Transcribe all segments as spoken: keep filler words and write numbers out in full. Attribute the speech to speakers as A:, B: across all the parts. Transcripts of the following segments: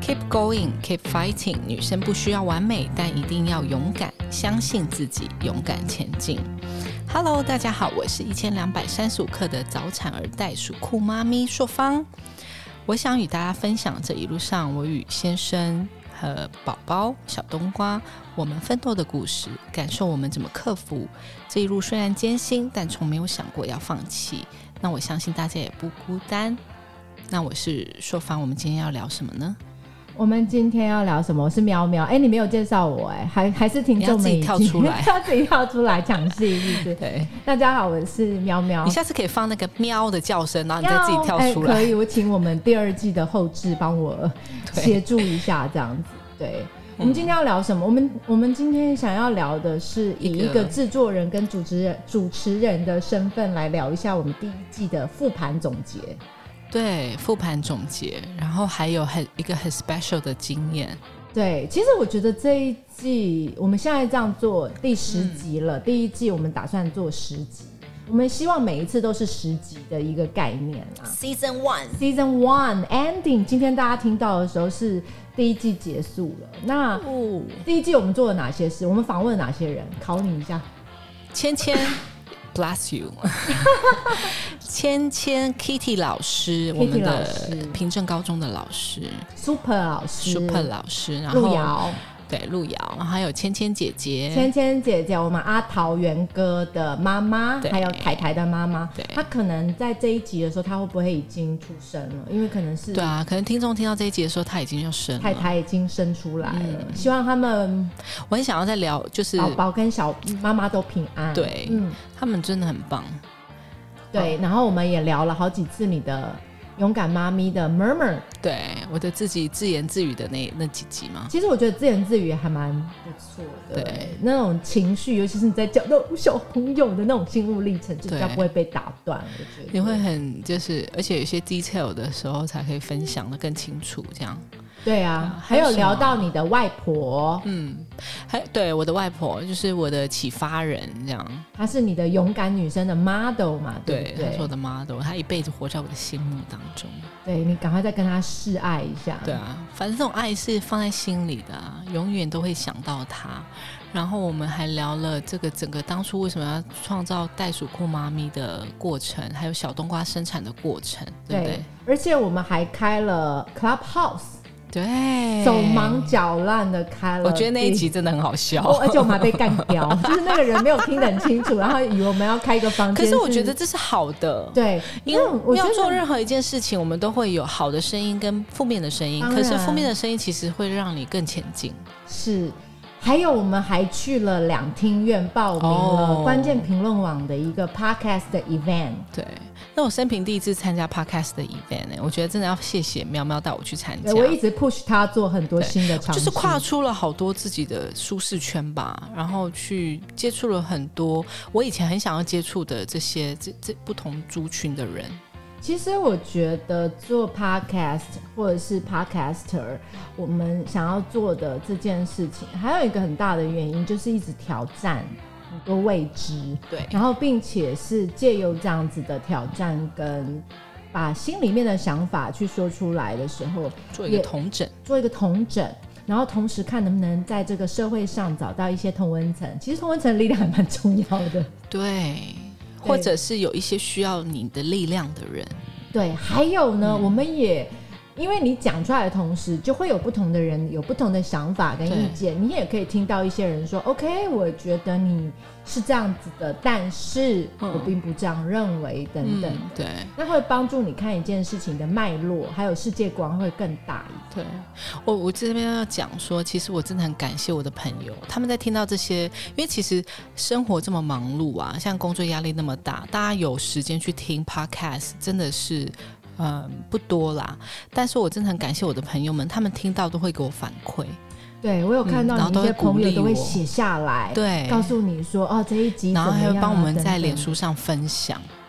A: Keep going, keep fighting。女生不需要完美，但一定要勇敢，相信自己，勇敢前进。Hello， 大家好，我是一千两百三十五克的早产儿袋鼠酷妈咪硕芳。我想与大家分享这一路上我与先生和宝宝小冬瓜我们奋斗的故事，感受我们怎么克服这一路虽然艰辛，但从没有想过要放弃。那我相信大家也不孤单。那我是硕芳，我们今天要聊什么呢？
B: 我们今天要聊什么？我是喵喵。哎，你没有介绍我哎，还还是听众们已经
A: 要自己跳出来，
B: 要自己跳出来抢戏，是不是？
A: 对，
B: 大家好，我是喵喵。
A: 你下次可以放那个喵的叫声，然后你再自己跳出来。
B: 可以，我请我们第二季的后制帮我协助一下，这样子。对，我们今天要聊什么？我们我们今天想要聊的是以一个制作人跟主持人主持人的身份来聊一下我们第一季的复盘总结。
A: 对，复盘总结，然后还有很一个很 special 的经验。
B: 对，其实我觉得这一季我们现在这样做第十集了、嗯、第一季我们打算做十集，我们希望每一次都是十集的一个概念啦。
A: Season one
B: Season one Ending， 今天大家听到的时候是第一季结束了。那、哦、第一季我们做了哪些事？我们访问了哪些人？考你一下。
A: 芊芊Bless you 芊芊 Kitty 老师，
B: Kitty
A: 我们的平镇高中的老师
B: Super 老师
A: Super 老师，然后
B: 路遥，
A: 对，路遥，然后还有芊芊姐姐
B: 芊芊姐姐，我们阿桃元哥的妈妈，还有台台的妈妈。她可能在这一集的时候，她会不会已经出生了？因为可能是
A: 对啊，可能听众听到这一集的时候，她已经要生了，
B: 台台已经生出来了、嗯、希望他们，
A: 我很想要再聊，就是
B: 宝宝跟小妈妈都平安。
A: 对、嗯、他们真的很棒。
B: 对，然后我们也聊了好几次你的勇敢妈咪的 murmur，
A: 对，我的自己自言自语的那那几集嘛。
B: 其实我觉得自言自语还蛮不错的，
A: 对，
B: 那种情绪，尤其是你在讲到小朋友的那种心路历程，就比较不会被打断。我觉得
A: 你会很就是，而且有些 detail 的时候才可以分享的更清楚，这样。
B: 对啊，还有聊到你的外婆，
A: 嗯，还对我的外婆就是我的启发人，这样。
B: 她是你的勇敢女生的 model 嘛？对不对？
A: 对，她是我的 model， 她一辈子活在我的心目当中。
B: 对，你赶快再跟她示爱一下。
A: 对啊，反正这种爱是放在心里的、啊，永远都会想到她。然后我们还聊了这个整个当初为什么要创造袋鼠酷妈咪的过程，还有小冬瓜生产的过程，对不对？对，
B: 而且我们还开了 Clubhouse。
A: 对，
B: 手忙脚乱的开了，
A: 我觉得那一集真的很好笑、
B: 哦、而且我们还被干掉就是那个人没有听得很清楚，然后以为我们要开一个房间。
A: 可是我觉得这是好的，
B: 对，
A: 因为我要做任何一件事情，我们都会有好的声音跟负面的声音，可是负面的声音其实会让你更前进。
B: 是，还有我们还去了两厅院报名了关键评论网的一个 podcast 的 event。
A: 对，那我生平第一次参加 podcast 的 event、欸、我觉得真的要谢谢喵喵带我去参加。
B: 我一直 push 他做很多新的尝试，
A: 就是跨出了好多自己的舒适圈吧，然后去接触了很多我以前很想要接触的这些 这, 这不同族群的人。
B: 其实我觉得做 podcast 或者是 podcaster， 我们想要做的这件事情还有一个很大的原因，就是一直挑战很多未知，
A: 对，
B: 然后并且是借由这样子的挑战跟把心里面的想法去说出来的时候，
A: 做一个统整，
B: 做一个统整，然后同时看能不能在这个社会上找到一些同温层。其实同温层的力量还蛮重要的，
A: 对，或者是有一些需要你的力量的人。
B: 对，还有呢、嗯、我们也因为你讲出来的同时，就会有不同的人有不同的想法跟意见，你也可以听到一些人说 OK 我觉得你是这样子的，但是我并不这样认为等等、嗯、
A: 对，
B: 那会帮助你看一件事情的脉络还有世界观会更大一点。
A: 对，我我这边要讲说，其实我真的很感谢我的朋友，他们在听到这些，因为其实生活这么忙碌啊，像工作压力那么大，大家有时间去听 podcast 真的是嗯，不多啦，但是我真的很感谢我的朋友们，他们听到都会给我反馈。
B: 对，我有看到你一些朋友都会写下来，
A: 对，
B: 告诉你说哦这一集怎么样、啊、
A: 然后还会帮我们在脸书上分享。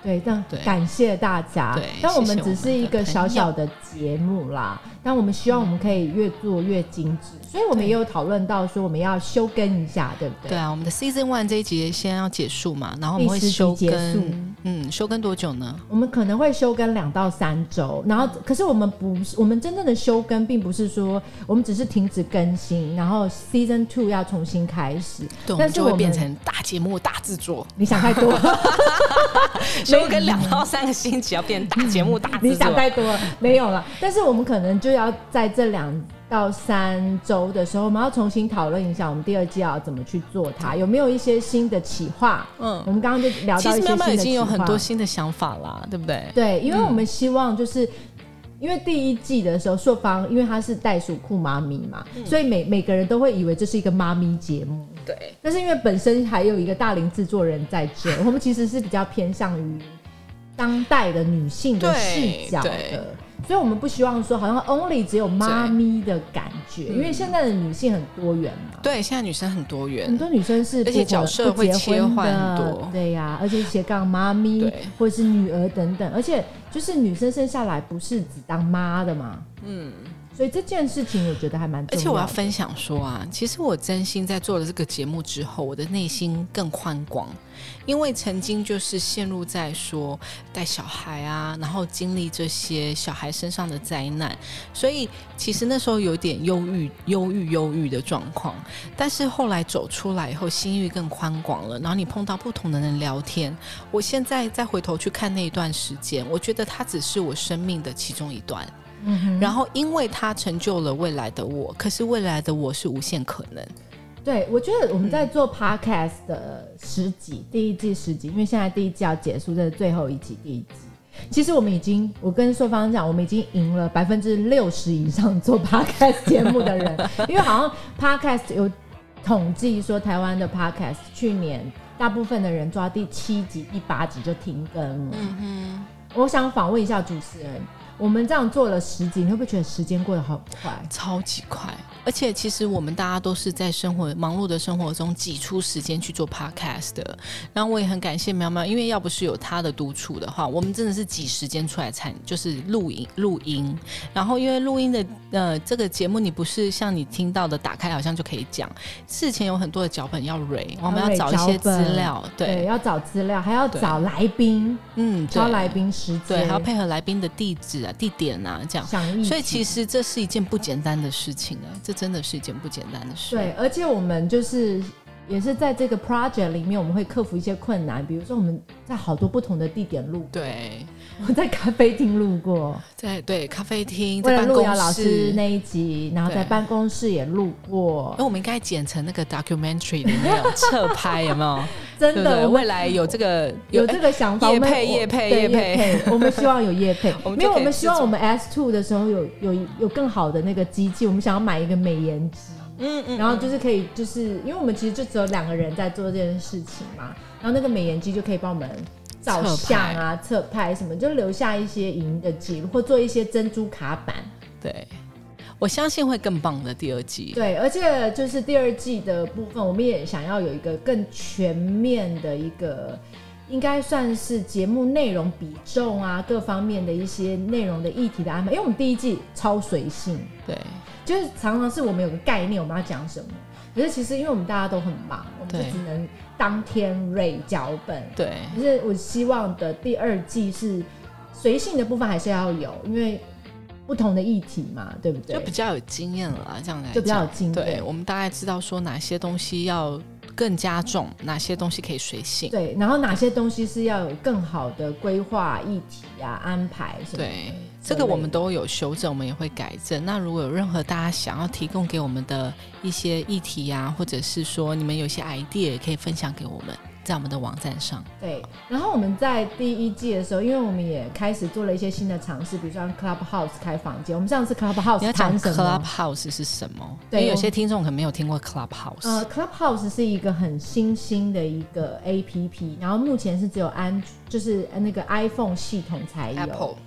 B: 对，但感谢大家。
A: 对，
B: 但我们只是一个小小的节目啦，但我们希望我们可以越做越精致，所以我们也有讨论到说我们要休更一下，对不对？
A: 对啊，我们的 Season One 这一集先要结束嘛，然后我们会休更，嗯，休更多久呢？
B: 我们可能会休更两到三周，然后可是我们不是，我们真正的休更并不是说我们只是停止更新，然后 Season Two 要重新开始，
A: 对，但是我们就会变成大节目、大制作。
B: 你想太多。
A: 休更两到三个星期要变大节目大制作，
B: 你想太多了，没有了。但是我们可能就要在这两到三周的时候，我们要重新讨论一下我们第二季要怎么去做它，有没有一些新的企划。嗯，我们刚刚就聊到一些新的企划，其实慢慢
A: 已经有很多新的想法啦，对不对？
B: 对，因为我们希望就是、嗯、因为第一季的时候硕芳因为她是袋鼠酷妈咪嘛、嗯、所以 每, 每个人都会以为这是一个妈咪节目，
A: 对。
B: 但是因为本身还有一个大龄制作人在这，我们其实是比较偏向于当代的女性的视角的，所以我们不希望说好像 only 只有妈咪的感觉，因为现在的女性很多元嘛。
A: 对，现在女生很多元，
B: 很多女生是
A: 而且角色会切换很多，
B: 对呀、啊，而且斜杠妈咪或者是女儿等等，而且就是女生生下来不是只当妈的嘛，嗯。所以这件事情我觉得还蛮重要的。
A: 而且我要分享说啊，其实我真心在做了这个节目之后，我的内心更宽广，因为曾经就是陷入在说带小孩啊，然后经历这些小孩身上的灾难，所以其实那时候有点忧郁忧郁忧郁的状况。但是后来走出来以后，心域更宽广了，然后你碰到不同的人聊天，我现在再回头去看那一段时间，我觉得它只是我生命的其中一段。嗯、然后因为它成就了未来的我，可是未来的我是无限可能。
B: 对，我觉得我们在做 podcast 的十集、嗯、第一季十集，因为现在第一季要结束，这是最后一集第一季，其实我们已经，我跟硕芳讲，我们已经赢了百分之六十以上做 podcast 节目的人，因为好像 podcast 有统计说台湾的 podcast 去年大部分的人做到第七集第八集就停更了。嗯哼，我想访问一下主持人，我们这样做了十集，你会不会觉得时间过得好快？
A: 超级快，而且其实我们大家都是在生活忙碌的生活中挤出时间去做 podcast 的。然后我也很感谢苗苗，因为要不是有他的督促的话，我们真的是挤时间出来参，就是录音录音。然后因为录音的呃这个节目，你不是像你听到的打开好像就可以讲，事前有很多的脚本要 read， 我们要找一些资料，对，
B: 对，要找资料，还要找来宾，嗯，招来宾时间，
A: 对，还要配合来宾的地址啊、地点啊，这样。所以其实这是一件不简单的事情啊，这真的是一件不简单的事。
B: 对，而且我们就是也是在这个 project 里面，我们会克服一些困难，比如说我们在好多不同的地点录，
A: 对，
B: 我在咖啡厅录过，
A: 对对，咖啡厅，
B: 为了录姚老师那一集，然后在办公室也录过。
A: 那我们应该剪成那个 documentary 里面有侧拍，有没有？
B: 真的，
A: 对对，未来有这个
B: 有, 有这个想法，
A: 业配业配业配，
B: 我们希望有业配，没有，我们希望我们 S 二 的时候有有有更好的那个机器，我们想要买一个美颜机。嗯嗯，然后就是可以，就是因为我们其实就只有两个人在做这件事情嘛，然后那个美颜机就可以帮我们照相啊、侧拍什么，就留下一些影音的记录，或做一些珍珠卡板。
A: 对，我相信会更棒的第二季。
B: 对，而且就是第二季的部分，我们也想要有一个更全面的一个，应该算是节目内容比重啊，各方面的一些内容的议题的安排，因为我们第一季超随性。
A: 对。
B: 就是常常是我们有个概念，我们要讲什么，可是其实因为我们大家都很忙，我们就只能当天 read 脚本。对，可是我希望的第二季是随性的部分还是要有，因为不同的议题嘛，对不对？
A: 就比较有经验了啦，这样来讲
B: 就比较有经验。
A: 对，我们大概知道说哪些东西要更加重，哪些东西可以随性。
B: 对，然后哪些东西是要有更好的规划议题啊、安排什么的。对。
A: 这个我们都有修正，我们也会改正。那如果有任何大家想要提供给我们的一些议题啊，或者是说你们有一些 idea 也可以分享给我们，在我们的网站上。
B: 对，然后我们在第一季的时候，因为我们也开始做了一些新的尝试，比如说 Clubhouse 开房间。我们上次 Clubhouse 谈什么？
A: 你要讲 Clubhouse 是什么？对，因为有些听众可能没有听过 Clubhouse。
B: 呃 ，Clubhouse 是一个很新兴的一个 A P P， 然后目前是只有安，就是那个 iPhone 系统才有。
A: Apple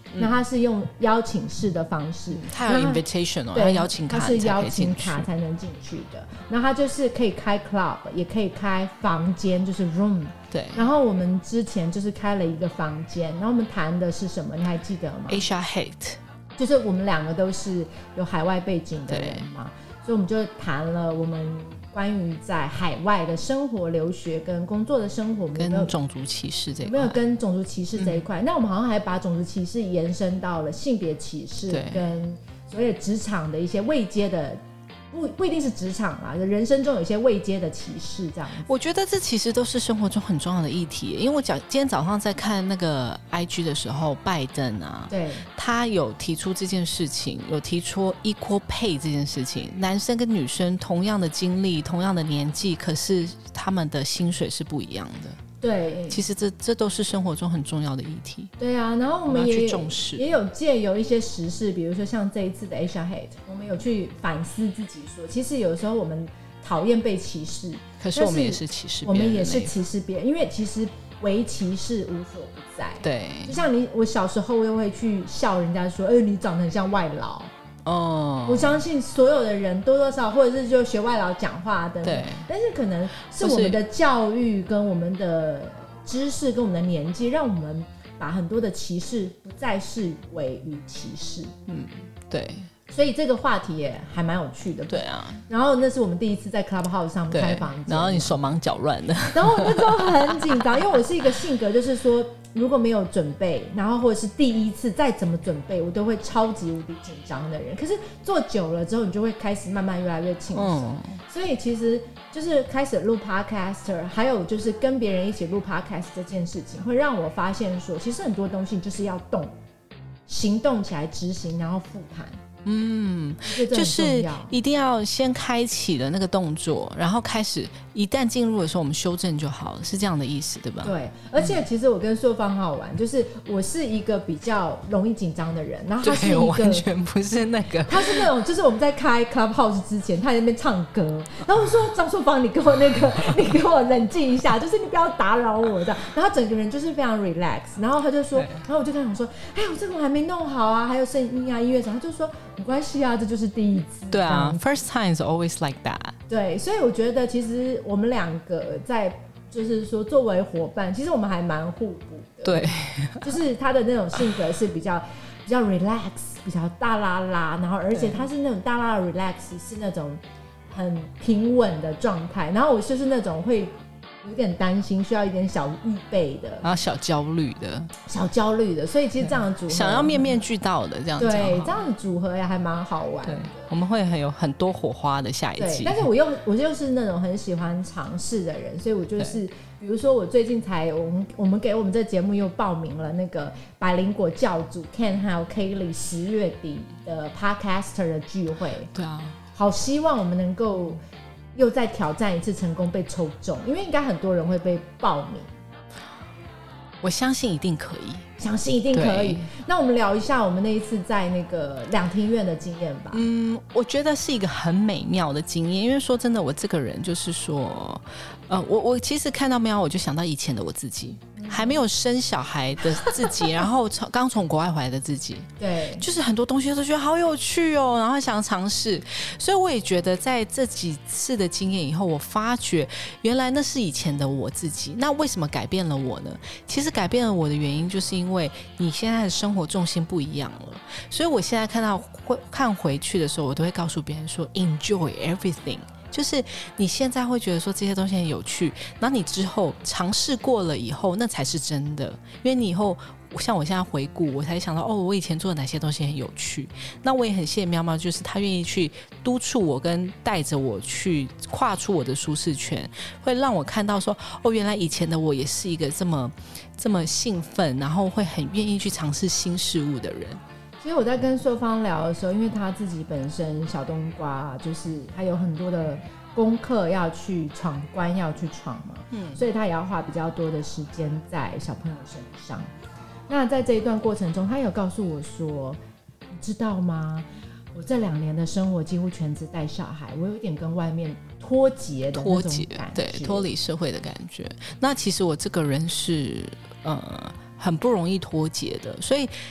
B: 嗯、那他是用邀请式的方式，
A: 他有 invitation 哦，他邀请卡，
B: 他是邀请卡才能进去的。然后他就是可以开 club， 也可以开房间，就是 room。
A: 对。
B: 然后我们之前就是开了一个房间，然后我们谈的是什么？你还记得吗
A: ？Asia Hate，
B: 就是我们两个都是有海外背景的人嘛，所以我们就谈了我们关于在海外的生活、留学跟工作的生活，
A: 跟种族歧视这一块，
B: 没有跟种族歧视这一块、嗯。那我们好像还把种族歧视延伸到了性别歧视跟所谓职场的一些位阶的。不, 不一定是职场啦，人生中有一些未接的歧视这样子。
A: 我觉得这其实都是生活中很重要的议题，因为我今天早上在看那个 I G 的时候，拜登啊，
B: 对，
A: 他有提出这件事情，有提出 equal pay 这件事情，男生跟女生同样的经历、同样的年纪，可是他们的薪水是不一样的。
B: 对，
A: 其实这这都是生活中很重要的议题。
B: 对啊，然后我们也
A: 我们要去重视，
B: 也有借由一些时事，比如说像这一次的 Asia Hate， 我们有去反思自己说，其实有时候我们讨厌被歧视，
A: 可是我们也是歧视别人，
B: 我们也是歧视别人，因为其实为歧视无所不在。
A: 对，
B: 就像你，我小时候又会去笑人家说，哎、欸，你长得很像外劳。哦、oh, 我相信所有的人多多少少或者是就学外劳讲话等等，对，但是可能是我们的教育跟我们的知识跟我们的年纪，让我们把很多的歧视不再视为于歧视。嗯，
A: 对。
B: 所以这个话题也还蛮有趣的。
A: 对啊。
B: 然后那是我们第一次在 Clubhouse 上开房间，
A: 然后你手忙脚乱的，
B: 然后我那时候很紧张，因为我是一个性格就是说，如果没有准备，然后或者是第一次再怎么准备，我都会超级无敌紧张的人。可是做久了之后，你就会开始慢慢越来越轻松、嗯。所以其实就是开始录 Podcaster， 还有就是跟别人一起录 Podcast 这件事情，会让我发现说，其实很多东西就是要动，行动起来执行，然后复盘。嗯，
A: 就是一定要先开启了那个动作，然后开始一旦进入的时候我们修正就好了，是这样的意思对吧？
B: 对，而且其实我跟硕芳很好玩，就是我是一个比较容易紧张的人，然后他是一个
A: 完全不是那个，
B: 他是那种就是我们在开 Clubhouse 之前他在那边唱歌，然后我说张硕芳你给我那个你给我冷静一下，就是你不要打扰我这样，然后他整个人就是非常 relax， 然后他就说，然后我就跟他说，哎我这个我还没弄好啊，还有声音啊音乐什么，他就说没关系啊，这就是第一次。
A: 对啊 ，First time is always like that。
B: 对，所以我觉得其实我们两个在就是说作为伙伴，其实我们还蛮互补的。
A: 对，
B: 就是他的那种性格是比较比较 relax， 比较大拉拉，然后而且他是那种大拉的 relax， 是那种很平稳的状态，然后我就是那种会有点担心，需要一点小预备的，
A: 然后小焦虑的，
B: 小焦虑的，所以其实这样的组合
A: 想要面面俱到的这样子，
B: 对，这样的组合也还蛮好玩的。
A: 我们会很有很多火花的下一季。
B: 但是我又我又是那种很喜欢尝试的人，所以我就是比如说我最近才我们我们给我们这节目又报名了那个百灵果教主 Ken 还有 Kaylee 十月底的 Podcaster 的聚会。
A: 对啊，
B: 好希望我们能够又再挑战一次成功被抽中，因为应该很多人会被报名。
A: 我相信一定可以，
B: 相信一定可以。那我们聊一下我们那一次在那个两厅院的经验吧。
A: 嗯，我觉得是一个很美妙的经验，因为说真的，我这个人就是说，呃，我我其实看到喵，我就想到以前的我自己，嗯、还没有生小孩的自己，然后刚从国外回来的自己，
B: 对，
A: 就是很多东西都觉得好有趣哦，然后想尝试，所以我也觉得在这几次的经验以后，我发觉原来那是以前的我自己。那为什么改变了我呢？其实改变了我的原因，就是因为你现在的生活重心不一样了，所以我现在看到看回去的时候，我都会告诉别人说 enjoy everything， 就是你现在会觉得说这些东西很有趣，然后你之后尝试过了以后，那才是真的，因为你以后像我现在回顾，我才想到哦，我以前做的哪些东西很有趣。那我也很谢谢喵喵，就是他愿意去督促我跟带着我去跨出我的舒适圈，会让我看到说哦，原来以前的我也是一个这么这么兴奋，然后会很愿意去尝试新事物的人。
B: 其实我在跟硕芳聊的时候，因为他自己本身小冬瓜，就是他有很多的功课要去闯关，要去闯嘛，嗯，所以他也要花比较多的时间在小朋友身上。那在这一段过程中，他有告诉我说，你知道吗？我这两年的生活几乎全职带小孩，我有一点跟外面脱节的那种感觉，
A: 对，脱离社会的感觉。那其实我这个人是呃很不容易脱节的，所以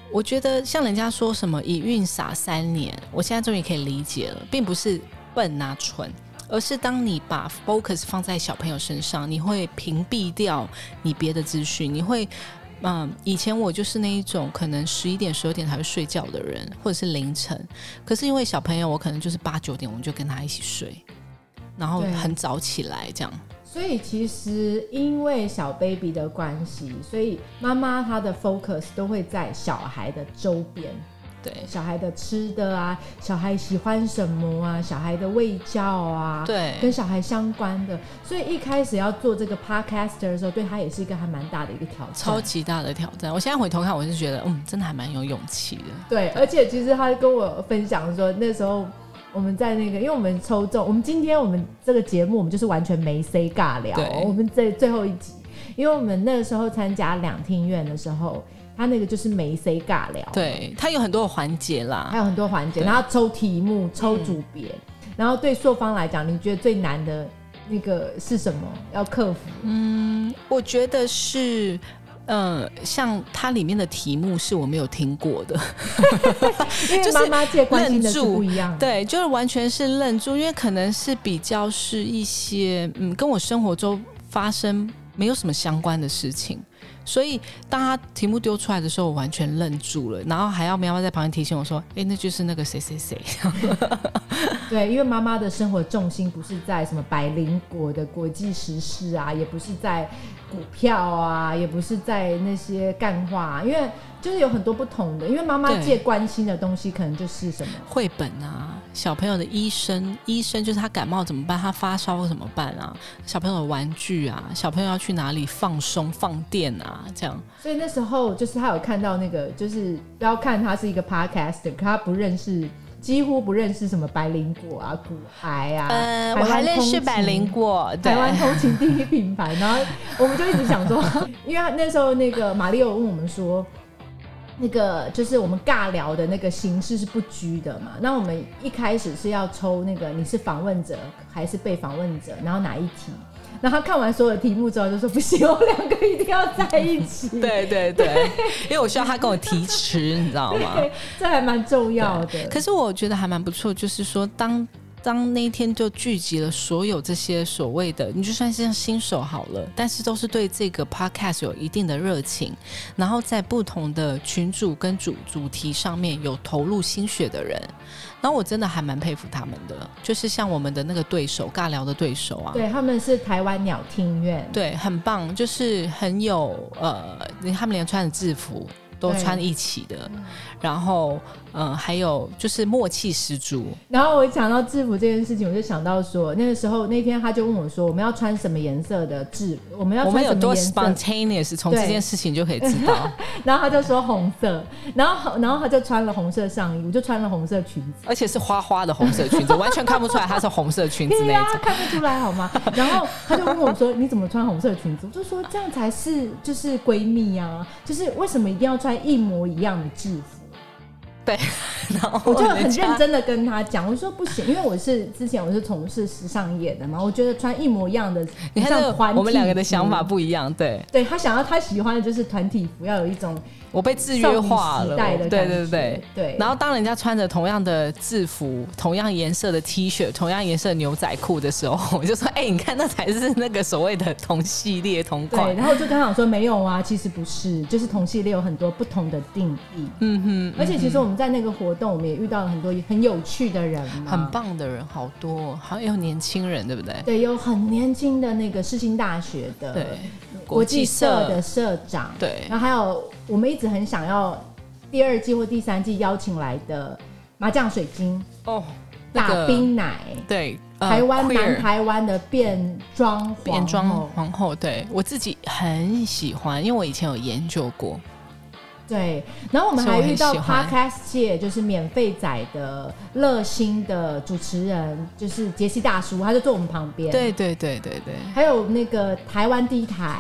A: 我觉得像人家说什么以孕傻三年，我现在终于可以理解了，并不是笨啊蠢，而是当你把 focus 放在小朋友身上，你会屏蔽掉你别的资讯，你会嗯，以前我就是那一种可能十一点十二点才会睡觉的人，或者是凌晨，可是因为小朋友我可能就是八九点我们就跟他一起睡，然后很早起来这样。
B: 所以其实因为小 baby 的关系，所以妈妈她的 focus 都会在小孩的周边，
A: 对，
B: 小孩的吃的啊，小孩喜欢什么啊，小孩的卫教啊，
A: 对，
B: 跟小孩相关的。所以一开始要做这个 podcaster 的时候，对他也是一个还蛮大的一个挑战，
A: 超级大的挑战。我现在回头看，我是觉得嗯，真的还蛮有勇气的。
B: 对，而且其实他跟我分享说，那时候我们在那个，因为我们抽中，我们今天我们这个节目，我们就是完全没 say 尬聊。我们在最后一集，因为我们那个时候参加两厅院的时候，他那个就是没 say 尬聊，
A: 对，他有很多环节啦，
B: 还有很多环节，然后抽题目、抽组别、嗯，然后对硕方来讲，你觉得最难的那个是什么？要克服？
A: 嗯，我觉得是。嗯，像它里面的题目是我没有听过的，
B: 因为妈妈界关心的是不一样的，
A: 对，就是完全是愣住，因为可能是比较是一些嗯跟我生活中发生没有什么相关的事情，所以当他题目丢出来的时候，我完全愣住了，然后还要喵喵在旁边提醒我说：“哎，那就是那个谁谁谁。”
B: 对，因为妈妈的生活重心不是在什么百灵果的国际时事啊，也不是在股票啊，也不是在那些干话、啊，因为就是有很多不同的。因为妈妈界关心的东西可能就是什么
A: 绘本啊，小朋友的医生，医生就是他感冒怎么办，他发烧怎么办啊？小朋友的玩具啊，小朋友要去哪里放松放电啊，这样。
B: 所以那时候就是他有看到那个，就是不要看他是一个 podcaster， 可他不认识。几乎不认识什么百灵果啊、骨癌啊，
A: 呃，我还认识百灵果，
B: 台湾通勤第一品牌。然后我们就一直想说，因为那时候那个马里奥问我们说，那个就是我们尬聊的那个形式是不拘的嘛？那我们一开始是要抽那个你是访问者还是被访问者，然后哪一题？然后他看完所有的题目之后就说不行，我们两个一定要在一起。
A: 对对 对, 对，因为我需要他跟我提词，你知道吗？
B: 对，这还蛮重要的。
A: 可是我觉得还蛮不错，就是说当当那一天就聚集了所有这些所谓的，你就算是像新手好了，但是都是对这个 podcast 有一定的热情，然后在不同的群组跟主主题上面有投入心血的人，然后我真的还蛮佩服他们的，就是像我们的那个对手尬聊的对手啊，
B: 对，他们是台湾鸟听院，
A: 对，很棒，就是很有呃，他们连穿的制服都穿一起的，然后嗯、呃，还有就是默契十足。
B: 然后我讲到制服这件事情，我就想到说，那个时候那天他就问我说，我们要穿什么颜色的制服？我们要穿什么颜色？我们有多
A: spontaneous， 从这件事情就可以知道。
B: 然后他就说红色，然后然后他就穿了红色上衣，我就穿了红色裙子，
A: 而且是花花的红色裙子，完全看不出来它是红色裙子那一种。
B: 对啊，看不出来好吗？然后他就问我说，你怎么穿红色裙子？我就说这样才是就是闺蜜啊，就是为什么一定要穿一模一样的制服？
A: 对，然后
B: 我就很认真的跟他讲，我说不行，因为我是之前我是从事时尚业的嘛，我觉得穿一模一样的，
A: 你看这个我们两个的想法不一样，对，
B: 对他想要他喜欢的就是团体服，要有一种
A: 我被制约化了，
B: 对
A: 对对对
B: 对。
A: 然后当人家穿着同样的制服、同样颜色的 T 恤、同样颜色的牛仔裤的时候，我就说：“哎、欸，你看，那才是那个所谓的同系列同款。”
B: 对，然后我就跟他讲说：“没有啊，其实不是，就是同系列有很多不同的定义。”嗯哼，而且其实我们在那个活动，我们也遇到了很多很有趣的人嘛，
A: 很棒的人，好多，还有年轻人，对不对？
B: 对，有很年轻的那个世新大学的，
A: 对。
B: 国际社的社长，
A: 对，
B: 然后还有我们一直很想要第二季或第三季邀请来的麻将水晶
A: 哦，
B: 大冰奶，
A: 对，
B: 呃、台湾南台湾的变装
A: 变装皇后，对我自己很喜欢，因为我以前有研究过。
B: 对，然后我们还遇到 Podcast 界就是免费仔的乐心的主持人，就是杰西大叔，他就坐我们旁边。
A: 对对对对对。
B: 还有那个台湾第一台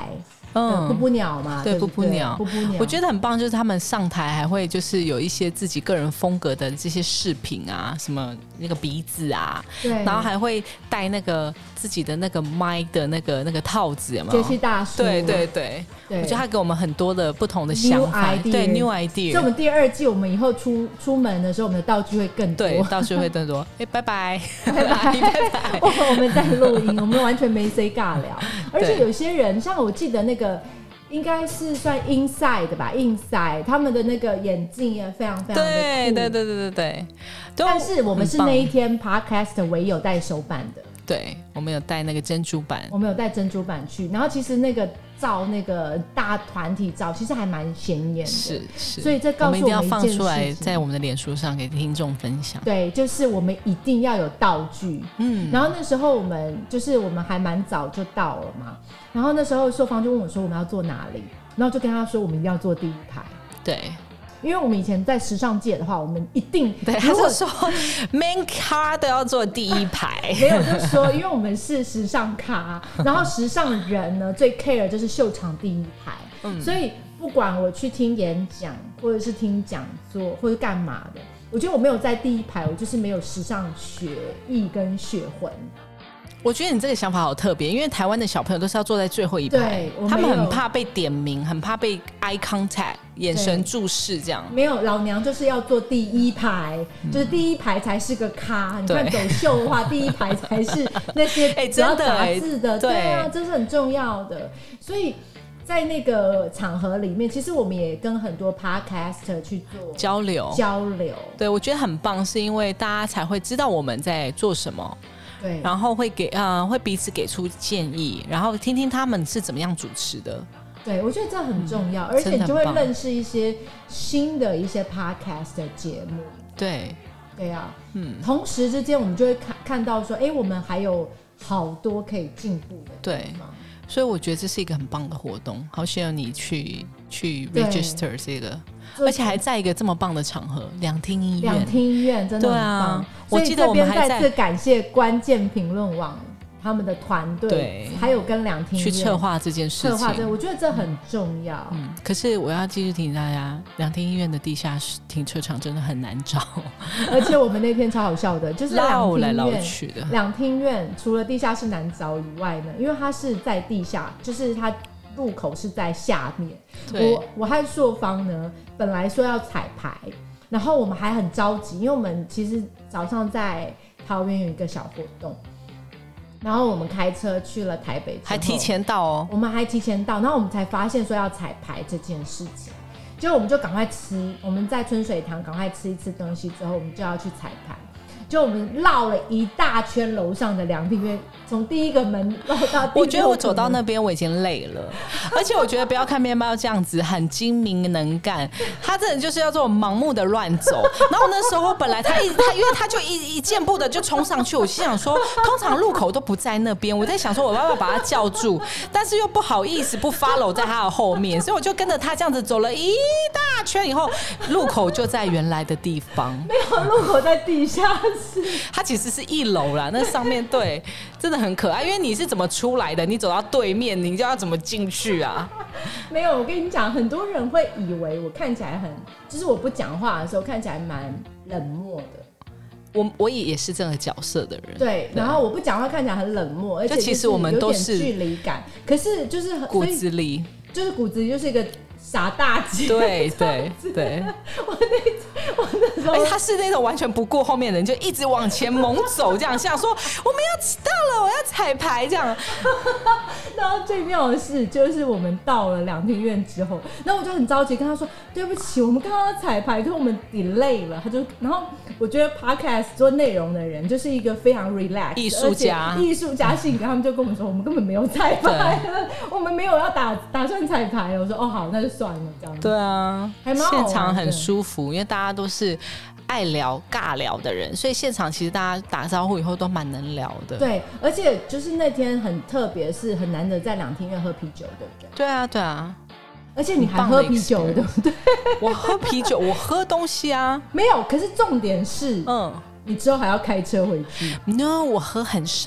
B: 嗯，噗噗鸟嘛，
A: 对，噗噗鸟，
B: 噗噗鸟，
A: 我觉得很棒，就是他们上台还会就是有一些自己个人风格的这些饰品啊，什么那个鼻子啊，
B: 对，
A: 然后还会戴那个自己的那个麦的那个那个套子，有没有？
B: 杰西大叔，
A: 对对对，
B: 对，
A: 我觉得他给我们很多的不同的想法，
B: idea
A: 对 new idea。
B: 所以我们第二季我们以后出出门的时候，我们的道具会更多，
A: 对，道具会更多。哎，拜拜，
B: 拜拜，拜拜。我们在录音，我们完全没 say 尬聊，而且有些人，像我记得那个。应该是算 inside 的吧 inside 他们的那个眼镜也非常非常的酷，
A: 对对对对对对。
B: 但是我们是那一天 podcast 唯有带手板的，
A: 对，我们有带那个珍珠板，
B: 我们有带珍珠板去，然后其实那个照那个大团体照其实还蛮显眼的，
A: 是是，
B: 所以这告诉我们一件事情，
A: 我们一定要放出来在我们的脸书上给听众分享。
B: 对，就是我们一定要有道具，嗯，然后那时候我们就是我们还蛮早就到了嘛，然后那时候秀芳就问我说我们要坐哪里，然后就跟他说我们一定要坐第一排，
A: 对。
B: 因为我们以前在时尚界的话，我们一定
A: 对，他是说 main car 都要坐第一排，
B: 没有，就是说，因为我们是时尚咖，然后时尚人呢最 care 就是秀场第一排，嗯，所以不管我去听演讲，或者是听讲座，或者干嘛的，我觉得我没有在第一排，我就是没有时尚血液跟血魂。
A: 我觉得你这个想法好特别，因为台湾的小朋友都是要坐在最后一排，他们很怕被点名，很怕被 eye contact 眼神注视这样。
B: 没有，老娘就是要坐第一排，嗯、就是第一排才是个咖。你看走秀的话，第一排才是那些只要杂志的，欸、对啊，这是很重要的。所以在那个场合里面，其实我们也跟很多 podcaster 去做
A: 交流
B: 交流。
A: 对，我觉得很棒，是因为大家才会知道我们在做什么。
B: 对，
A: 然后会给呃会彼此给出建议，然后听听他们是怎么样主持的。
B: 对，我觉得这很重要，嗯、而且你就会认识一些新的一些 podcast 的节目。
A: 对，
B: 对啊，嗯，同时之间我们就会看看到说，哎，我们还有好多可以进步的地方。
A: 对，所以我觉得这是一个很棒的活动，好希望你去去 register 这个。而且还在一个这么棒的场合，两厅医院，
B: 两厅医院真的很棒。啊、
A: 我记得我们还在
B: 再次感谢关键评论网他们的团队，还有跟两厅医院
A: 去策划这件事情。
B: 策划这，我觉得这很重要。
A: 嗯，可是我要继续提醒大家，两厅医院的地下停车场真的很难找。
B: 而且我们那天超好笑的，就是
A: 绕来绕去的。
B: 两厅院除了地下室难找以外呢，因为它是在地下，就是它。入口是在下面，我我和硕芳呢，本来说要彩排，然后我们还很着急，因为我们其实早上在桃园有一个小活动，然后我们开车去了台北，
A: 还提前到哦，
B: 我们还提前到，然后我们才发现说要彩排这件事情，结果我们就赶快吃，我们在春水堂赶快吃一吃东西之后，我们就要去彩排。就我们绕了一大圈楼上的两厅院，从第一个门绕到第六个门。
A: 我觉得我走到那边我已经累了，而且我觉得不要看面包这样子很精明能干，他真的就是要这种盲目的乱走。然后那时候本来他一他因为他就一一箭步的就冲上去，我心想说，通常路口都不在那边，我在想说我要不要把他叫住，但是又不好意思不 follow 在他的后面，所以我就跟着他这样子走了一大圈以后，路口就在原来的地方。
B: 没有，路口在地下。
A: 它其实是一楼啦，那上面对真的很可爱，因为你是怎么出来的，你走到对面，你就要怎么进去啊？
B: 没有，我跟你讲，很多人会以为我看起来很，就是我不讲话的时候看起来蛮冷漠的。
A: 我我也是这个角色的人，
B: 对，然后我不讲话看起来很冷漠，而且
A: 其实我们都是
B: 有点距离感，可是就是
A: 骨子里，
B: 就是骨子里就是一个。傻大姐，
A: 对对对，
B: 我那我那时候，
A: 而且他是那种完全不顾后面的人，就一直往前猛走，这样像说我们要迟到了，我要彩排这样。
B: 然后最妙的是，就是我们到了两厅院之后，然后我就很着急跟他说：“对不起，我们刚刚要彩排，可是我们 delay 了。”他就，然后我觉得 podcast 做内容的人就是一个非常 relax
A: 艺术家，
B: 艺术家性格，他们就跟我们说：“我们根本没有彩排，我们没有要打打算彩排。”我说：“哦，好，那就。”算了，这样子
A: 对啊，
B: 还蛮好玩的，
A: 现场很舒服，因为大家都是爱聊尬聊的人，所以现场其实大家打招呼以后都蛮能聊的。
B: 对，而且就是那天很特别，是很难得在两厅院喝啤酒，对不对？
A: 对啊，对啊，
B: 而且你还喝啤酒，对不对？
A: 我喝啤酒，我喝东西啊，
B: 没有。可是重点是，嗯，你之后还要开车回去。
A: No， 我喝很少。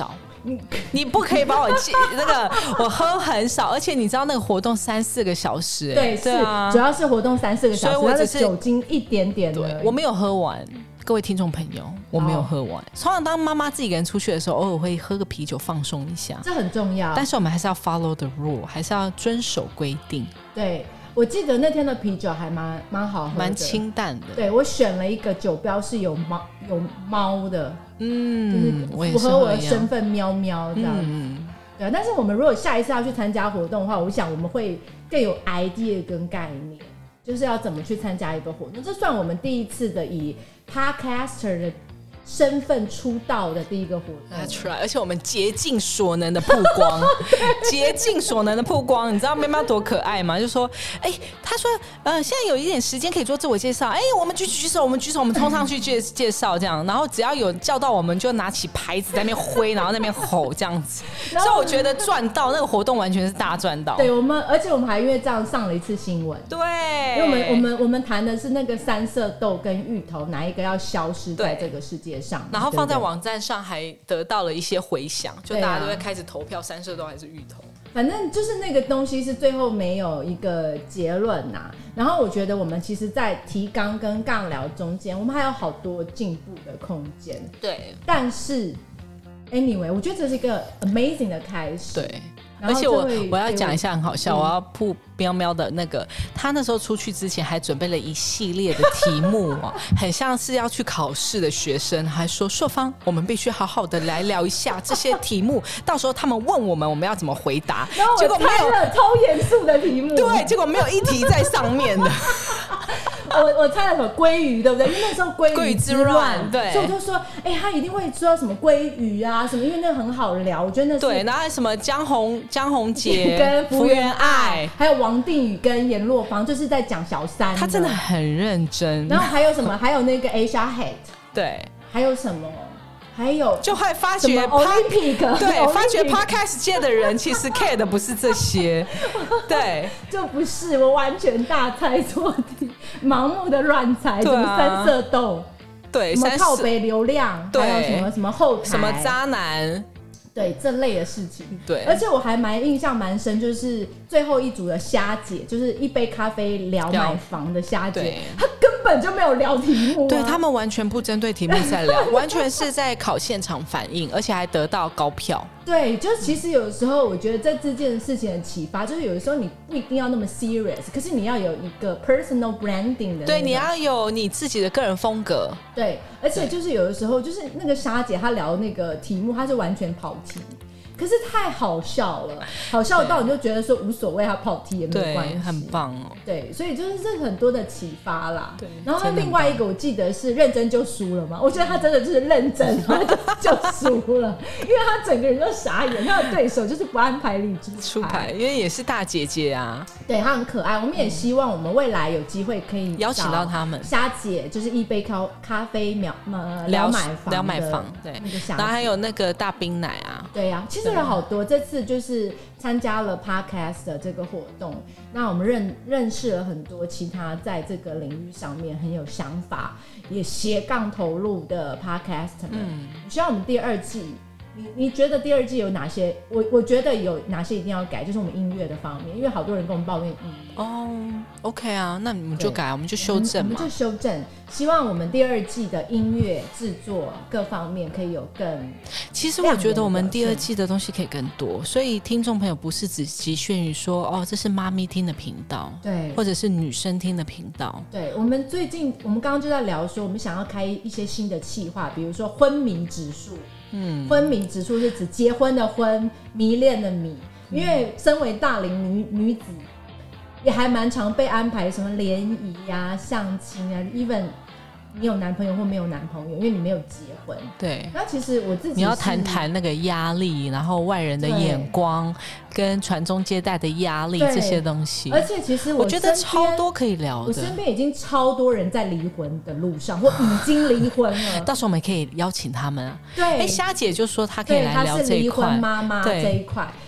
A: 你你不可以把我那个我喝很少，而且你知道那个活动三四个小时、欸，
B: 对，对啊，主要是活动三四个小时，它的酒精一点点的，
A: 我没有喝完。各位听众朋友，我没有喝完。通常当妈妈自己一个人出去的时候，偶尔会喝个啤酒放松一下，
B: 这很重要。
A: 但是我们还是要 follow the rule， 还是要遵守规定。
B: 对，我记得那天的啤酒还蛮蛮好喝的，
A: 蛮清淡的。
B: 对，我选了一个酒标是有猫有猫的，
A: 嗯，
B: 就是符合我的身份，喵喵这样子。嗯，对。但是我们如果下一次要去参加活动的话，我想我们会更有 idea 跟概念，就是要怎么去参加一个活动。这算我们第一次的以 podcaster 的身份出道的第一个活动
A: That's right， 而且我们竭尽所能的曝光竭尽所能的曝光。你知道妹妈多可爱吗？就说哎、欸，她说呃，现在有一点时间可以做自我介绍，哎、欸，我们举举手，我们举手，我们冲上去介介绍这样，然后只要有叫到我们就拿起牌子在那边挥，然后在那边吼这样子。所以我觉得赚到那个活动完全是大赚到。
B: 对，我们而且我们还因为这样上了一次新闻。
A: 对，
B: 因为我们我们我们谈的是那个三色豆跟芋头哪一个要消失在这个世界上，
A: 然后放在网站上还得到了一些回响，就大家都会开始投票三色豆还是芋头。
B: 反正就是那个东西是最后没有一个结论呐、啊。然后我觉得我们其实在提纲跟尬聊中间，我们还有好多进步的空间。
A: 对，
B: 但是 anyway， 我觉得这是一个 amazing 的开始。
A: 对。而且我我要讲一下很好笑，嗯、我要扑喵喵的那个，他那时候出去之前还准备了一系列的题目哦，很像是要去考试的学生，还说硕芳，我们必须好好的来聊一下这些题目，到时候他们问我们，我们要怎么回答。
B: 然后我猜了超严肃的题目，
A: 对，结果没有一题在上面的。
B: 我我猜了什么鲑鱼，对不对？因为那时候鲑鱼之乱，
A: 对，
B: 所以我就说，哎、欸，他一定会说什么鲑鱼啊什么，因为那个很好聊。我觉得那是
A: 对，然后还什么江宏江宏杰
B: 跟福原爱，还有王定宇跟颜若芳，就是在讲小三。
A: 他真的很认真。
B: 然后还有什么？还有那个 Asia Hate，
A: 对，
B: 还有什么？还有
A: 就会发觉
B: Olympic，
A: 对，发觉 Podcast 界的人其实 care 的不是这些，对，
B: 就不是，我完全大猜错题，盲目的乱猜，什么三色豆，
A: 对，
B: 什么靠北流量，还有什么什么后台，
A: 什么渣男。
B: 对这类的事情，
A: 对，
B: 而且我还蛮印象蛮深，就是最后一组的虾姐，就是一杯咖啡聊买房的虾姐，她根本就没有聊题目、啊，
A: 对他们完全不针对题目在聊，完全是在考现场反应，而且还得到高票。
B: 对，就是其实有时候我觉得在这件事情的启发，就是有的时候你不一定要那么 serious， 可是你要有一个 personal branding 的、那個，
A: 对，你要有你自己的个人风格。
B: 对，而且就是有的时候，就是那个莎姐她聊那个题目，她是完全跑题。可是太好笑了，好笑到你就觉得说无所谓，他跑题也没有关系，
A: 很棒哦。
B: 对，所以就是这很多的启发啦。对，然后另外一个我记得是认真就输了嘛，我觉得他真的就是认真，他就就输了，因为他整个人就傻眼，他的对手就是不按牌理出牌，
A: 因为也是大姐姐啊，
B: 对，她很可爱。我们也希望我们未来有机会可以
A: 邀请到他们，
B: 虾姐就是一杯咖啡秒呃聊买房，
A: 聊买房，对，
B: 那个虾，
A: 然后还有那个大冰奶啊，
B: 对呀、啊，其实有好多。这次就是参加了 podcast 的这个活动，那我们认认识了很多其他在这个领域上面很有想法，也斜杠投入的 podcaster 们。嗯，希望我们第二季，你你觉得第二季有哪些？我我觉得有哪些一定要改，就是我们音乐的方面，因为好多人跟我们抱怨音乐。
A: 哦 ，OK 啊，那你们就改，我们就修正嘛，
B: 我们就修正。希望我们第二季的音乐制作各方面可以有更……
A: 其实我觉得我们第二季的东西可以更多，所以听众朋友不是只局限于说哦，这是妈咪听的频道，
B: 对，
A: 或者是女生听的频道。
B: 对，我们最近我们刚刚就在聊说，我们想要开一些新的企划，比如说昏迷指数。嗯，昏迷指数是指结婚的婚，迷恋的迷，因为身为大龄女女子，也还蛮常被安排什么联谊啊、相亲啊 ，even 你有男朋友或没有男朋友，因为你没有结婚。
A: 对。
B: 那其实我自己
A: 你要谈谈那个压力，然后外人的眼光跟传宗接代的压力这些东西。
B: 而且其实 我,
A: 我觉得超多可以聊的。
B: 我身边已经超多人在离婚的路上，或已经离婚了。
A: 到时候我们可以邀请他们啊。
B: 对。
A: 哎，虾姐就说她可以来聊这一块。
B: 她是离婚妈妈这一块。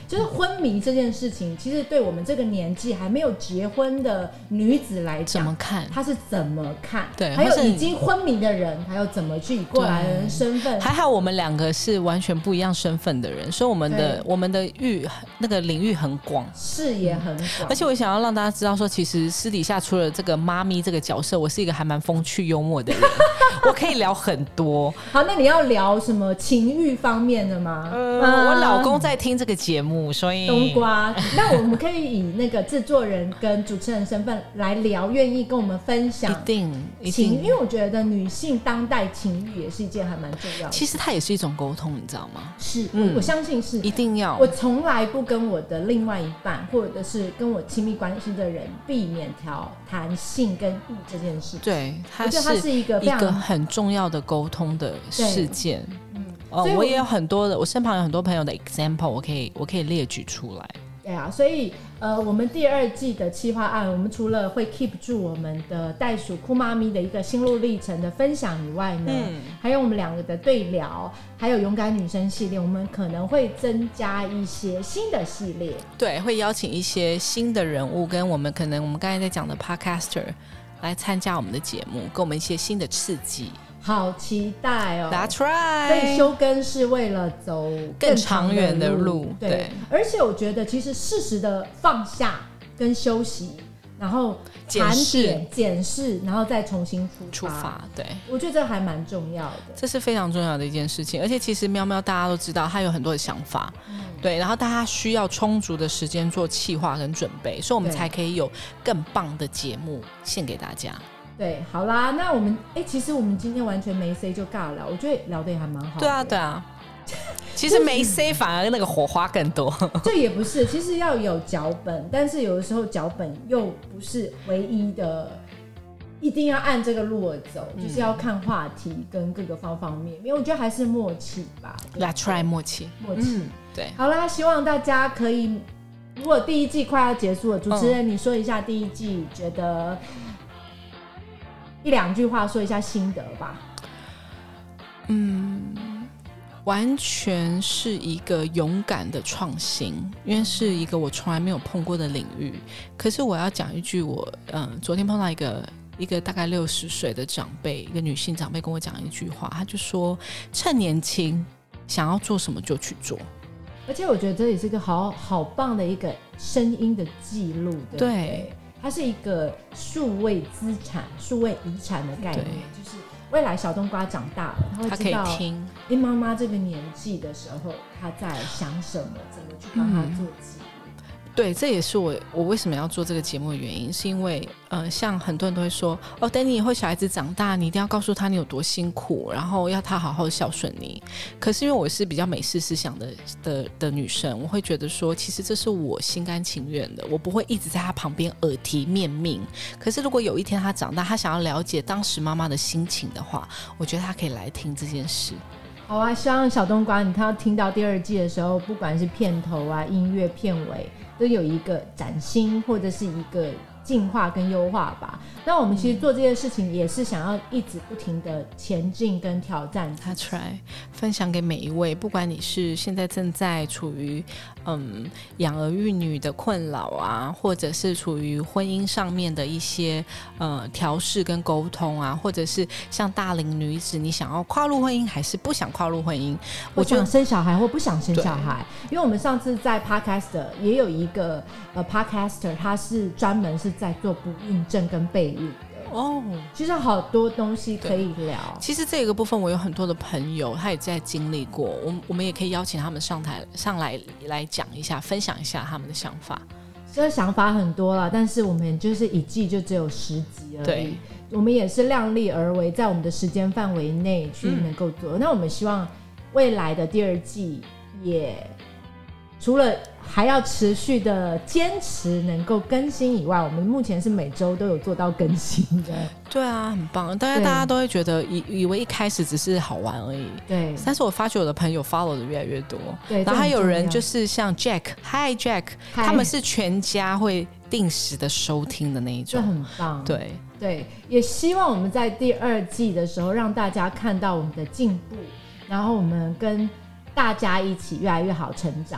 B: 就是昏迷这件事情，其实对我们这个年纪还没有结婚的女子来讲，
A: 怎么看？
B: 她是怎么看？
A: 对，
B: 还有已经昏迷的人，还有怎么去以过来人身份？
A: 还好我们两个是完全不一样身份的人，所以我们的我们的域那个领域很广，
B: 视野很广、嗯。
A: 而且我想要让大家知道说，其实私底下除了这个妈咪这个角色，我是一个还蛮风趣幽默的人，我可以聊很多。
B: 好，那你要聊什么情欲方面的吗？
A: 呃，嗯、我老公在听这个节目，所以
B: 冬瓜。那我们可以以那个制作人跟主持人身份来聊，愿意跟我们分享
A: 一定
B: 情，因为我觉得女性当代情欲也是一件还蛮重要的。
A: 其实它也是一种沟通，你知道吗？
B: 是，嗯、我, 我相信是
A: 一定要。
B: 我从来不跟我的另外一半，或者是跟我亲密关系的人，避免调谈性跟欲这件事。
A: 对，
B: 它是它是一个非常
A: 一个很重要的沟通的事件。嗯，呃，
B: 我
A: 我也有很多的，我身旁有很多朋友的 example， 我可以我可以列举出来。
B: 对啊，所以呃，我们第二季的企划案，我们除了会 keep 住我们的袋鼠酷妈咪的一个心路历程的分享以外呢，嗯、还有我们两个的对聊，还有勇敢女生系列，我们可能会增加一些新的系列。
A: 对，会邀请一些新的人物，跟我们可能我们刚才在讲的 podcaster 来参加我们的节目，给我们一些新的刺激。
B: 好期待哦
A: That's right。
B: 所以休更是为了走更长远的路， 对, 对。而且我觉得其实适时的放下跟休息，然后盘点检视，然后再重新出发
A: 出发，对，
B: 我觉得这还蛮重要的，
A: 这是非常重要的一件事情。而且其实喵喵大家都知道他有很多的想法、嗯、对，然后大家需要充足的时间做企划跟准备，所以我们才可以有更棒的节目献给大家。
B: 对，好啦，那我们哎、欸，其实我们今天完全没 say 就尬聊，我觉得聊得也还蛮好的。
A: 对啊，对啊，其实没 say 反而那个火花更多。
B: 这也不是，其实要有脚本，但是有的时候脚本又不是唯一的，一定要按这个路而走，嗯、就是要看话题跟各个方方面面。我觉得还是默契吧。
A: Let's try 默契，
B: 默契、嗯。
A: 对，
B: 好啦，希望大家可以，如果第一季快要结束了，主持人、嗯、你说一下第一季觉得。一两句话说一下心得吧。
A: 嗯，完全是一个勇敢的创新，因为是一个我从来没有碰过的领域。可是我要讲一句我，嗯，昨天碰到一个一个大概六十岁的长辈，一个女性长辈跟我讲一句话，她就说：趁年轻，想要做什么就去做。
B: 而且我觉得这也是一个好好棒的一个声音的记录，对不对？对，它是一个数位资产、数位遗产的概念，就是未来小冬瓜长大了，他会知道，他可以听，哎，妈妈这个年纪的时候，他在想什么，怎么去帮他做记录。嗯，
A: 对，这也是我我为什么要做这个节目的原因，是因为呃，像很多人都会说，哦，等你以后小孩子长大，你一定要告诉他你有多辛苦，然后要他好好孝顺你。可是因为我是比较美式思想的的的女生，我会觉得说，其实这是我心甘情愿的，我不会一直在他旁边耳提面命。可是如果有一天他长大，他想要了解当时妈妈的心情的话，我觉得他可以来听这件事。
B: 好啊，希望小冬瓜你看到听到第二季的时候，不管是片头啊、音乐、片尾，都有一个崭新或者是一个进化跟优化吧。那我们其实做这些事情也是想要一直不停的前进跟挑战。
A: That's right， 分享给每一位，不管你是现在正在处于嗯养儿育女的困扰啊，或者是处于婚姻上面的一些呃调试跟沟通啊，或者是像大龄女子你想要跨入婚姻还是不想跨入婚姻，
B: 我想生小孩或不想生小孩。因为我们上次在 Podcast 也有一个呃 Podcaster， 他是专门是在做不孕症跟备孕的哦，其实好多东西可以聊。
A: 其实这个部分我有很多的朋友他也在经历过，我我们也可以邀请他们上台上来来讲一下，分享一下他们的想法。
B: 这想法很多啦，但是我们就是一季就只有十集而已，
A: 对，
B: 我们也是量力而为，在我们的时间范围内去能够做、嗯、那我们希望未来的第二季也除了还要持续的坚持能够更新以外，我们目前是每周都有做到更新的。
A: 对啊，很棒。大家大家都会觉得 以, 以为一开始只是好玩而已，
B: 对。
A: 但是我发觉我的朋友 follow 的越来越多，
B: 对。
A: 然后还有人就是像 Jack，Hi Jack， 他们是全家会定时的收听的那一种，
B: 这很棒。
A: 对
B: 对，也希望我们在第二季的时候让大家看到我们的进步，然后我们跟大家一起越来越好成长。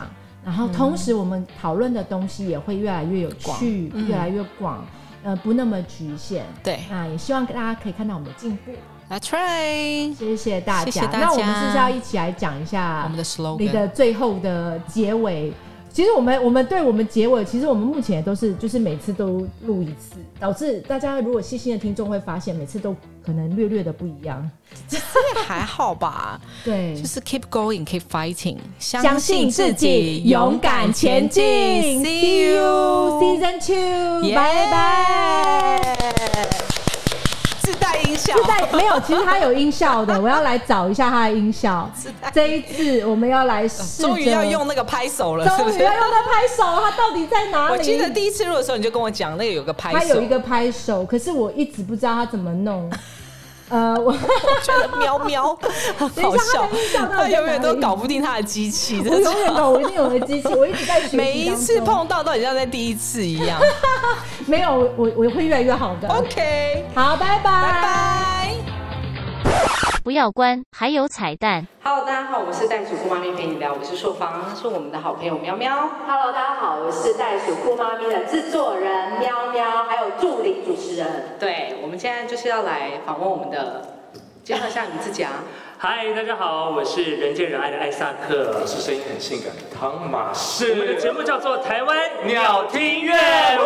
B: 然后同时我们讨论的东西也会越来越有趣，越来越广，呃，不那么局限。
A: 对，
B: 那也希望大家可以看到我们的进步。
A: That's right，
B: 谢谢大家。
A: 谢谢大家。
B: 那我们是不是要一起来讲一下
A: 我们的 slogan，
B: 你的最后的结尾？其实我们我们对我们结尾，其实我们目前也都是就是每次都录一次，导致大家如果细心的听众会发现，每次都可能略略的不一样。
A: 这还好吧？
B: 对，
A: 就是 keep going, keep fighting，
B: 相信自己，勇敢前进。See you season two， 拜拜。
A: 自带音效，
B: 自带没有，其实它有音效的，我要来找一下它的音效。这一次我们要来试着，
A: 终于要用那个拍手了，
B: 终于要用它拍手，它到底在哪里？
A: 我记得第一次录的时候你就跟我讲，那个有个拍手，
B: 它有一个拍手，可是我一直不知道它怎么弄。呃，我
A: 觉得喵喵很好笑，他永远都搞不定他的机器，
B: 我永远搞不定我的机器，我一直在学习，
A: 每一次碰到都很像在第一次一样。
B: 没有，我我我会越来越好的。
A: OK，
B: 好，拜拜，
A: 拜拜。
C: 不要关，还有彩蛋。
A: Hello， 大家好，我是袋鼠酷妈咪陪你聊，我是硕芳，是我们的好朋友喵喵。
D: Hello， 大家好，我是袋鼠酷妈咪的制作人喵喵，还有助理主持人。
A: 对，我们现在就是要来访问我们的，介绍一下你自己啊。
E: 嗨，大家好，我是人见人爱的艾萨克，
F: 我是声音很性感的汤马士。
E: 我们的节目叫做台湾鸟听院。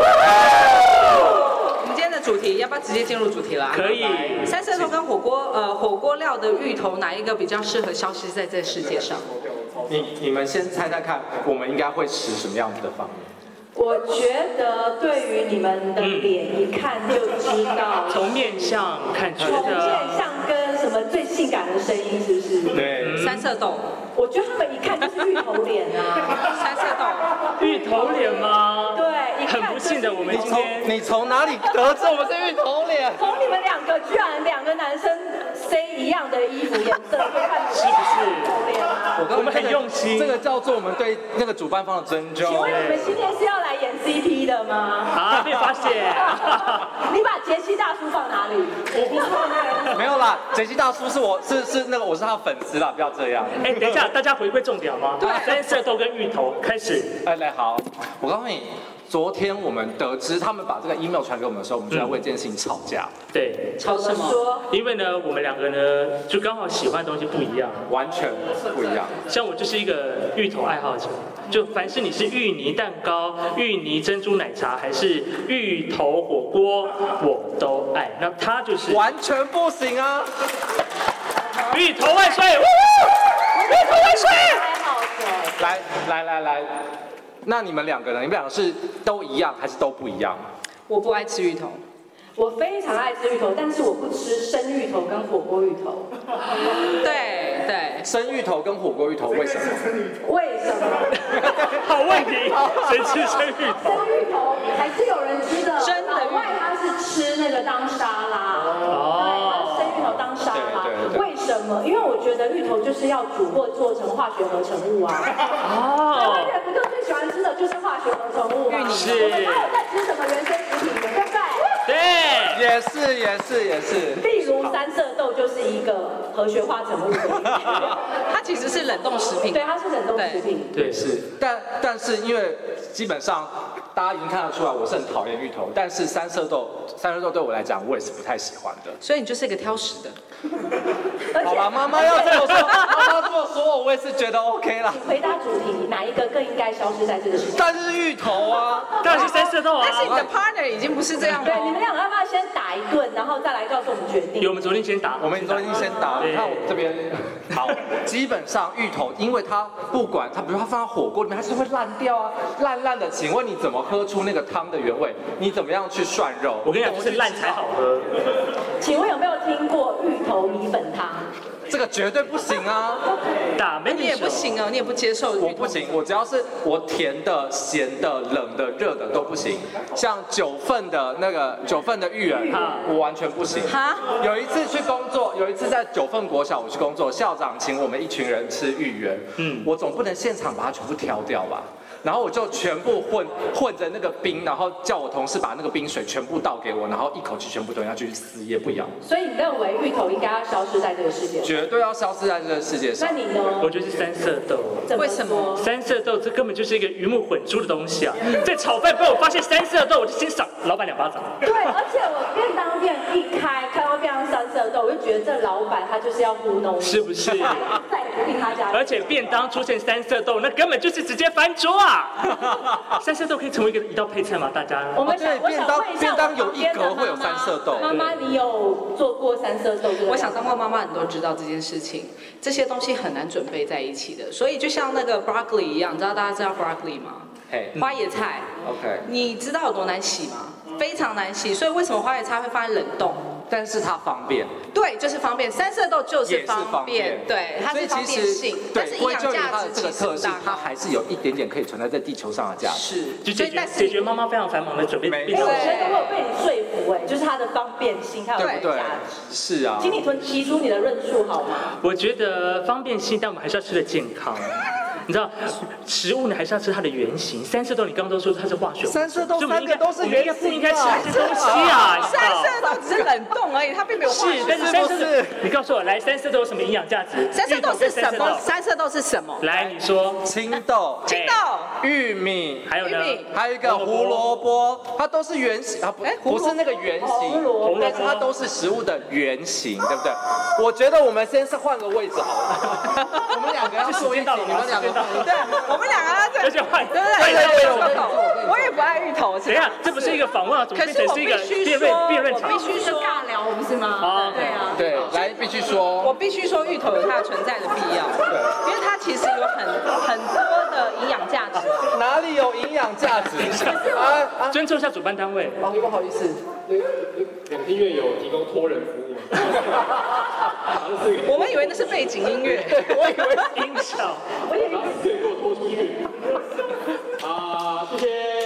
A: 我们今天的主题要不要直接进入主题啦？
E: 可以。
A: 三色豆跟火锅，呃，火锅料的芋头哪一个比较适合消失在这个世界上？
F: 你你们先猜猜看，我们应该会持什么样子的方面？
D: 我觉得对于你们的脸一看就知道，
E: 从面相看出
D: 从
E: 的。
D: 面相跟什么最性感的声音是不是？
F: 对，
A: 三色豆。
D: 我觉得他们一看就是芋头脸啊。
A: 三色豆。
E: 芋头脸吗？
D: 对，一看
E: 很不幸的，我们今天
F: 你从哪里得知我们是芋头脸？
D: 从你们两个居然两个男生塞一样的衣服颜色，就看
E: 是不是
D: 芋头脸啊。
F: 我
E: 我们很用心，
F: 这个叫做我们对那个主办方的尊重。
D: 请问你们今天是要来演 C P 的吗？
E: 啊，被发现。
D: 你把杰西大叔放哪里？我不放那里。
F: 没有啦，杰西大叔是我是是那个我是他的粉丝啦，不要这样。
E: 哎，等一下，大家回归重点吗？对，三色豆跟芋头开始。
F: 哎，来好，我告诉你，昨天我们得知他们把这个 email 传给我们的时候，我们就在为这件事情吵架。
E: 对，
A: 吵什么？
D: 说，
E: 因为呢，我们两个呢，就刚好喜欢的东西不一样，
F: 完全不一样。
E: 像我就是一个芋头爱好者，就凡是你是芋泥蛋糕、芋泥珍珠奶茶，还是芋头火锅，我都爱。那他就是
F: 完全不行啊！
E: 芋头万岁！芋头万岁！
F: 来来来来，那你们两个呢？你们两个是都一样还是都不一样？
A: 我不爱吃芋头。
D: 我非常爱吃芋头，但是我不吃生芋头跟火锅芋头。
A: 对对，
F: 生芋头跟火锅芋头为什么？
D: 为什么？
E: 好问题，谁吃生芋头？
D: 生芋头还是有人吃的，
A: 真的
D: 老外他是吃那个当沙拉，
E: 哦
D: 对，他生芋头当沙拉。
F: 对对对
D: 为什么？因为我觉得芋头就是要煮或做成化学合成物啊。台湾人不就最喜欢吃的就是化学合成物吗？
E: 是
D: 我们哪有在吃什么原生食品的，对不对？
E: 对，
F: 也是也是也是。
D: 例如三色豆就是一个化学化成物，
A: 它其实是冷冻食品。
D: 对，它是冷冻食品。
E: 对
F: 是，但但是因为基本上大家已经看得出来，我是很讨厌芋头，但是三色豆，三色豆对我来讲，我也是不太喜欢的。
A: 所以你就是一个挑食的。
F: 好吧，妈妈要这么说，妈妈这么说，我也是觉得 OK 啦。
D: 回答主题，哪一个更应该消失在这个世界？
F: 但是芋头啊，
E: 当然是三色豆啊。
A: 但是你的 partner 已经不是这样
D: 对，你
A: 了。
D: 们两个要不要先打一顿，然后再来告诉我们决定？
E: 有，我们昨天先打，
F: 我们昨天先打了，
E: 对
F: 你看我这边好，基本上芋头，因为它不管它，比如它放在火锅里面，它是会烂掉啊，烂烂的。请问你怎么喝出那个汤的原味？你怎么样去涮肉？
E: 我跟你讲，就是烂才好喝。
D: 请问有没有听过芋头米粉汤？
F: 这个绝对不行啊！
E: 打没
A: 你也不行哦，你也不接受。
F: 我不行，我只要是我甜的、咸的、冷的、热的都不行。像九份的那个九份的芋圆，我完全不行。
A: 哈？
F: 有一次去工作，有一次在九份国小我去工作，校长请我们一群人吃芋圆，嗯，我总不能现场把它全部挑掉吧？ 然后我就全部混混着那个冰，然后叫我同事把那个冰水全部倒给我，然后一口气全部吞下去，死也不咬。
D: 所以你认为芋头应该要消失在这个世界上？
F: 绝对要消失在这个世界上。
D: 那你呢？
E: 我觉得是三色豆。
D: 为什么？
E: 三色豆这根本就是一个鱼目混珠的东西啊！在炒饭被我发现三色豆，我就先赏老板两巴掌。
D: 对，而且我便当店一开，看到便当三色豆，我就觉得这老板他就是要糊弄我，
E: 是不是？
D: 再也不订他家。
E: 而且便当出现三色豆，那根本就是直接翻桌啊！三色豆可以成为一个一道配菜吗？大家？
D: 我们想，我想问一下，
F: 便当有一格会有三色豆。
D: 妈妈，你有做过三色豆？
G: 我想当过妈妈，你都知道这件事情，这些东西很难准备在一起的。所以就像那个 broccoli 一样，你知道大家知道 broccoli 吗？花椰菜。
F: OK。
G: 你知道有多难洗吗？非常难洗，所以为什么花椰菜会放在冷冻？
F: 但是它方便。
G: 对，就是方便。三色豆就是方便，对，它是方便性，但是营养价值
F: 这个特性，它还是有一点点可以存在在地球上的价值。
G: 是，
E: 就解决解决妈妈非常繁忙的准备。
D: 哎，我觉得我有被你说服，哎，就是它的方便性，它有价值。
F: 是啊。
D: 请你提出你的论述好吗？
E: 我觉得方便性，但我们还是要吃的健康。你知道，食物你还是要吃它的原型。三色豆你刚刚都说它是化学，
F: 三色豆三个都是原型，
E: 不应该吃那些东西啊！
G: 三色豆只是冷冻而已，它并没有化学。
E: 是，但是三色豆，你告诉我，来，三色豆有什么营养价值？
G: 三色豆是什么？三色豆是什么？
E: 来，你说。
F: 青豆、
G: 青豆、
F: 玉米，
E: 还有呢？
F: 还有一个胡萝卜，它都是原型啊，不，不是那个原型，但是它都是食物的原型，对不对？我觉得我们先是换个位置好了，我们两个要做一起，你们两个
G: 对。我们两个要
E: 而且换，
G: 对对对，我也不爱芋头。
E: 等一下，这不是一个访问啊，怎么变成是一个辩论辩论场？
G: 我必须说尬聊，不是吗？对啊，
F: 对，来必须说，
G: 我必须说芋头有它的存在的必要，因为它其实有很很多的营养价值。
F: 哪里有营养价值？
E: 啊，尊重一下主办单位。
F: 哦，不好意思，
H: 两厅院有提供托人服务吗？
G: 我们以为那是背景音乐，
E: 我以为音效，
H: 我以为可以给我拖出去。啊，谢谢。